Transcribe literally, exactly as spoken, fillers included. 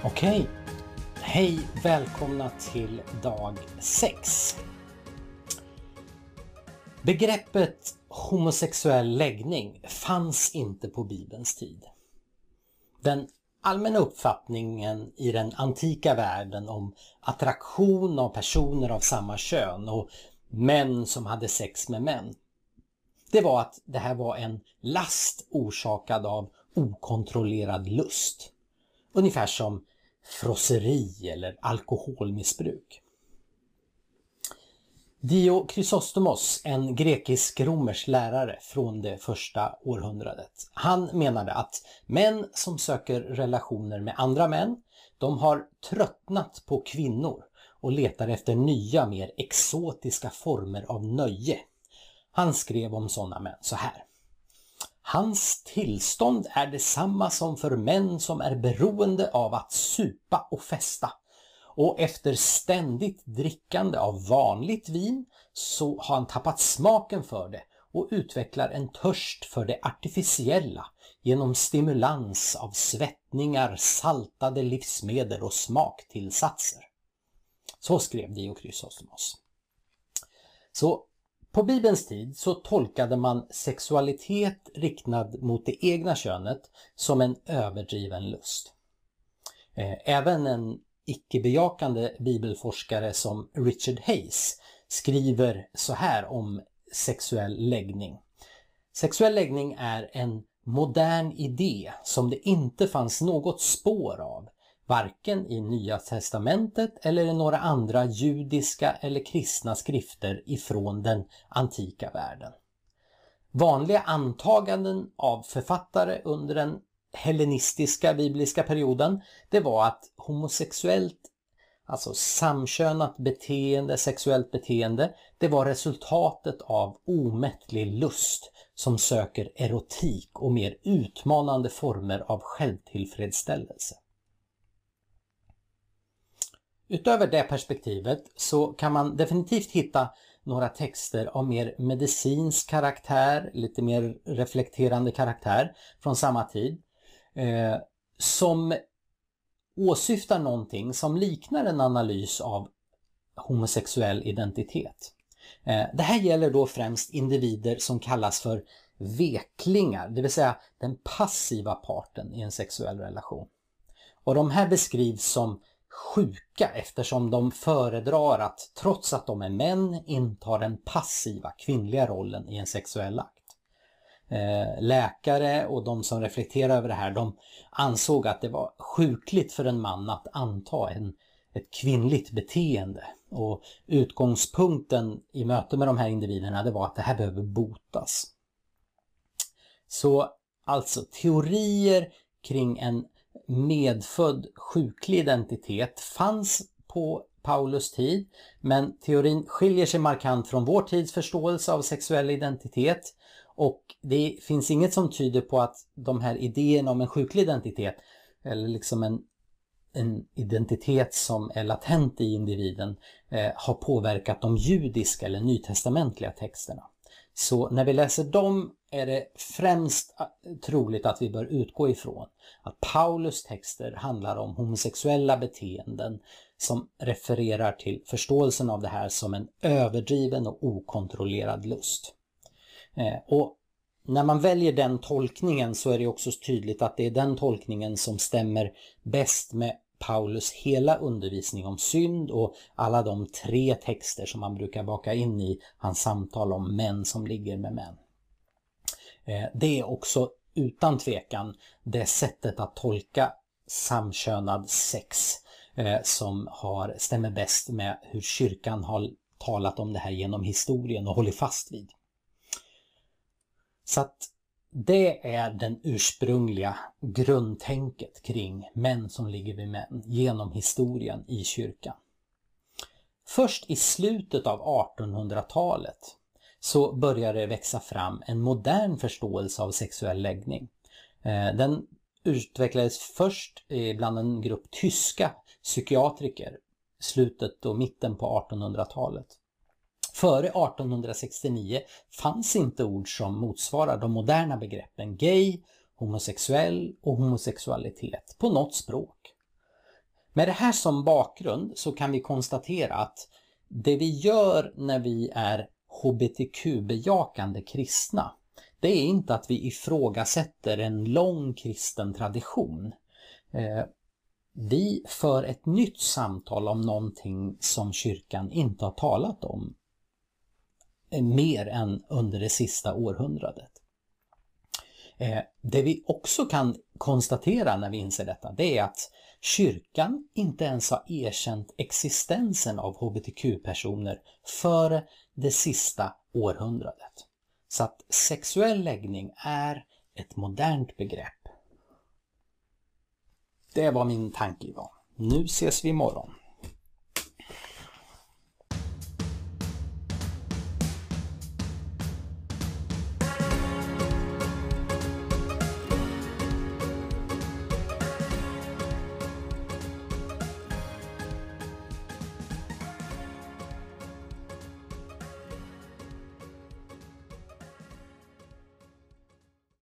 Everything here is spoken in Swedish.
Okej, hej, välkomna till dag sex. Begreppet homosexuell läggning fanns inte på Bibelns tid. Den allmänna uppfattningen i den antika världen om attraktion av personer av samma kön och män som hade sex med män, det var att det här var en last orsakad av okontrollerad lust. Ungefär som frosseri eller alkoholmissbruk. Dio Chrysostomos, en grekisk-romersk lärare från det första århundradet, han menade att män som söker relationer med andra män, de har tröttnat på kvinnor och letar efter nya, mer exotiska former av nöje. Han skrev om sådana män så här: hans tillstånd är detsamma som för män som är beroende av att supa och festa. Och efter ständigt drickande av vanligt vin så har han tappat smaken för det och utvecklar en törst för det artificiella genom stimulans av svettningar, saltade livsmedel och smaktillsatser. Så skrev Dio Chrysostomos. Så på Bibelns tid så tolkade man sexualitet riktad mot det egna könet som en överdriven lust. Även en icke-bejakande bibelforskare som Richard Hayes skriver så här om sexuell läggning. Sexuell läggning är en modern idé som det inte fanns något spår av, varken i Nya testamentet eller i några andra judiska eller kristna skrifter ifrån den antika världen. Vanliga antaganden av författare under den hellenistiska bibliska perioden, det var att homosexuellt, alltså samkönat beteende, sexuellt beteende, det var resultatet av omättlig lust som söker erotik och mer utmanande former av självtillfredsställelse. Utöver det perspektivet så kan man definitivt hitta några texter av mer medicinsk karaktär, lite mer reflekterande karaktär från samma tid, eh, som åsyftar någonting som liknar en analys av homosexuell identitet. Eh, det här gäller då främst individer som kallas för veklingar, det vill säga den passiva parten i en sexuell relation. Och de här beskrivs som sjuka eftersom de föredrar att, trots att de är män, intar den passiva kvinnliga rollen i en sexuell akt. Eh, läkare och de som reflekterar över det här, de ansåg att det var sjukligt för en man att anta en, ett kvinnligt beteende. Och utgångspunkten i möte med de här individerna, det var att det här behöver botas. Så alltså teorier kring en medfödd sjuklig identitet fanns på Paulus tid, men teorin skiljer sig markant från vår tids förståelse av sexuell identitet, och det finns inget som tyder på att de här idéerna om en sjuklig identitet eller liksom en, en identitet som är latent i individen eh, har påverkat de judiska eller nytestamentliga texterna. Så när vi läser dem är det främst troligt att vi bör utgå ifrån att Paulus texter handlar om homosexuella beteenden som refererar till förståelsen av det här som en överdriven och okontrollerad lust. Eh, och när man väljer den tolkningen så är det också tydligt att det är den tolkningen som stämmer bäst med Paulus hela undervisning om synd och alla de tre texter som man brukar baka in i hans samtal om män som ligger med män. Det är också utan tvekan det sättet att tolka samkönad sex som har, stämmer bäst med hur kyrkan har talat om det här genom historien och håller fast vid. Så att det är den ursprungliga grundtänket kring män som ligger vid män genom historien i kyrkan. Först i slutet av artonhundratalet så började det växa fram en modern förståelse av sexuell läggning. Den utvecklades först bland en grupp tyska psykiatriker slutet och mitten på artonhundratalet. Före artonhundrasextionio fanns inte ord som motsvarar de moderna begreppen gay, homosexuell och homosexualitet på något språk. Med det här som bakgrund så kan vi konstatera att det vi gör när vi är H B T Q-bejakande kristna, det är inte att vi ifrågasätter en lång kristen tradition. Eh, vi för ett nytt samtal om någonting som kyrkan inte har talat om mer än under det sista århundradet. Eh, det vi också kan konstatera när vi inser detta, det är att kyrkan inte ens har erkänt existensen av H B T Q-personer för det sista århundradet. Så att sexuell läggning är ett modernt begrepp. Det var min tanke idag. Nu ses vi imorgon.